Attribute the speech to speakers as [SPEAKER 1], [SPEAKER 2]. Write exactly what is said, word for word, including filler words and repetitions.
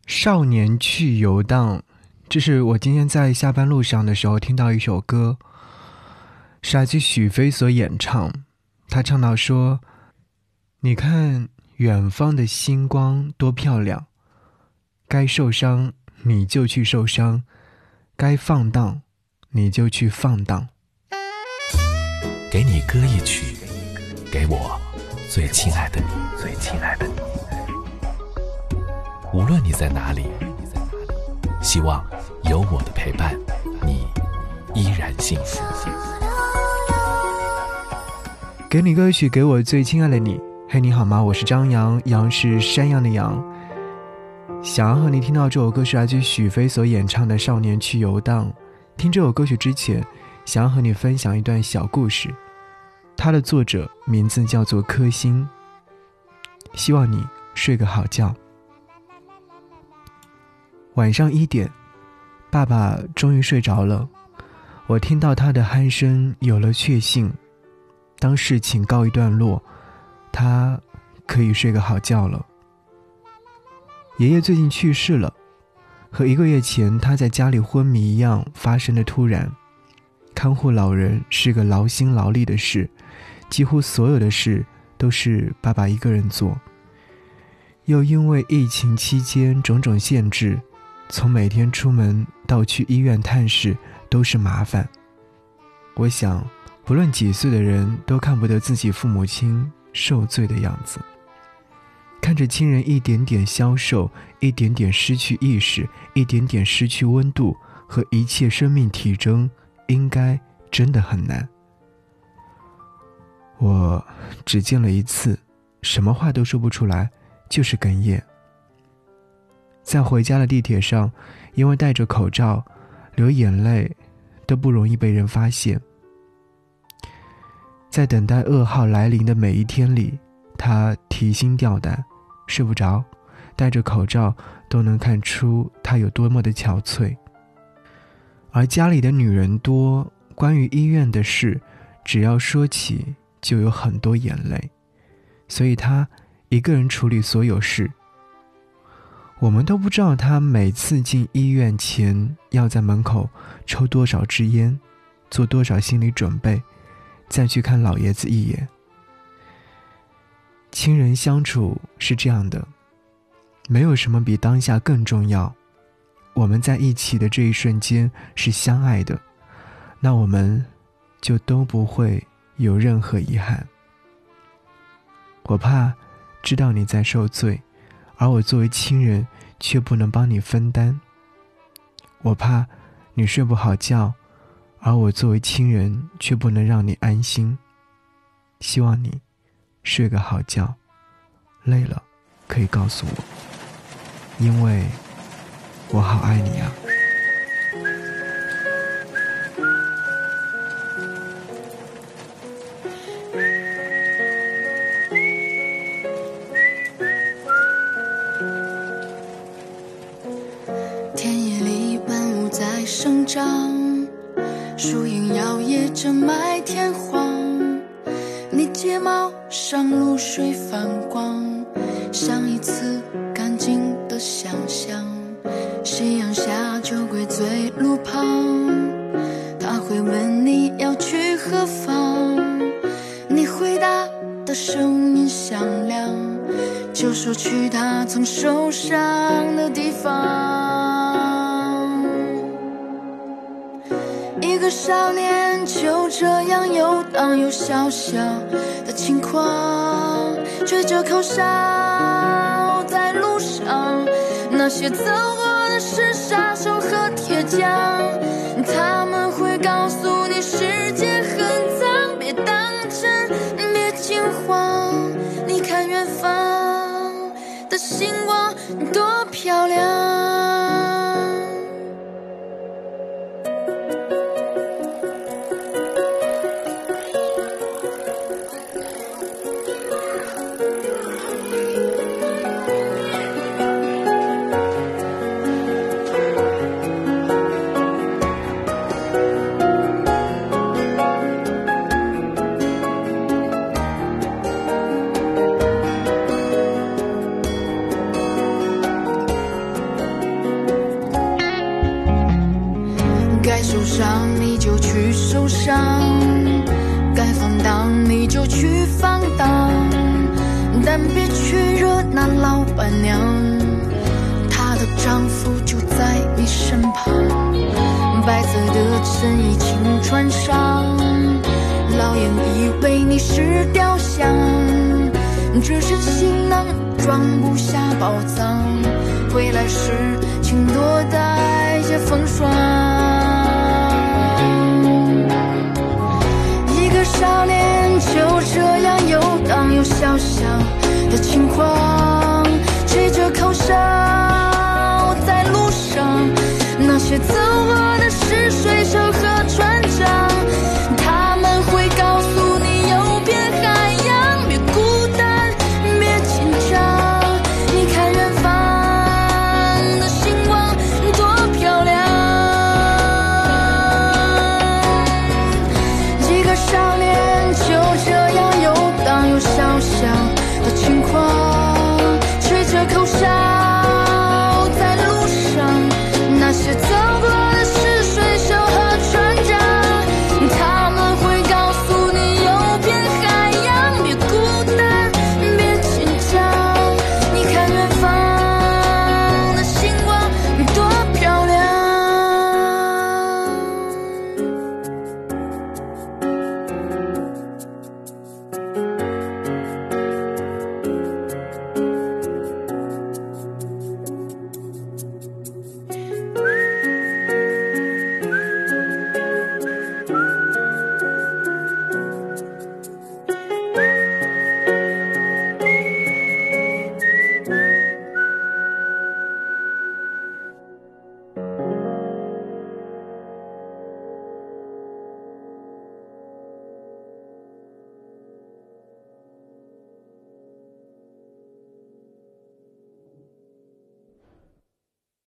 [SPEAKER 1] 少年去游荡，这是我今天在下班路上的时候听到一首歌，是来自许飞所演唱。他唱到说，你看远方的星光多漂亮，该受伤你就去受伤，该放荡你就去放荡。
[SPEAKER 2] 给你歌一曲，给我最亲爱的你，最亲爱的你。无论你在哪里，希望有我的陪伴，你依然幸福。
[SPEAKER 1] 给你歌曲，给我最亲爱的你。嘿，你好吗？我是张扬，杨是山羊的羊。想要和你听到这首歌是来自许飞所演唱的《少年去游荡》。听这首歌曲之前，想要和你分享一段小故事。它的作者名字叫做柯欣。希望你睡个好觉。晚上一点，爸爸终于睡着了，我听到他的鼾声，有了确信。当事情告一段落，他可以睡个好觉了。爷爷最近去世了，和一个月前他在家里昏迷一样发生的突然。看护老人是个劳心劳力的事，几乎所有的事都是爸爸一个人做。又因为疫情期间种种限制，从每天出门到去医院探视都是麻烦。我想不论几岁的人都看不得自己父母亲受罪的样子，看着亲人一点点消瘦，一点点失去意识，一点点失去温度和一切生命体征，应该真的很难。我只见了一次，什么话都说不出来，就是哽咽。在回家的地铁上，因为戴着口罩，流眼泪都不容易被人发现。在等待噩耗来临的每一天里，他提心吊胆，睡不着，戴着口罩都能看出他有多么的憔悴。而家里的女人多，关于医院的事，只要说起就有很多眼泪，所以他一个人处理所有事。我们都不知道他每次进医院前要在门口抽多少支烟，做多少心理准备，再去看老爷子一眼。亲人相处是这样的，没有什么比当下更重要。我们在一起的这一瞬间是相爱的，那我们就都不会有任何遗憾。我怕知道你在受罪，而我作为亲人却不能帮你分担。我怕你睡不好觉，而我作为亲人却不能让你安心。希望你睡个好觉，累了可以告诉我，因为我好爱你啊。
[SPEAKER 3] 生长，树影摇曳着麦田黄，你睫毛上露水泛光，像一次干净的想象。夕阳下酒鬼醉路旁，他会问你要去何方，你回答的声音响亮，就说去他曾受伤的地方。一个少年就这样游荡，有小小的轻狂，追着口哨在路上，那些走过的是杀手和铁匠，他们会告诉你世界很脏，别当真，别惊慌，你看远方的星光多漂亮。 受伤你就去受伤，该放荡你就去放荡，但别去惹那老板娘，她的丈夫就在你身旁。白色的衬衣轻穿上，老眼以为你是雕像，只是行囊装不下宝藏，回来时请多带些风霜。一个少年就这样游荡，有小小的轻狂。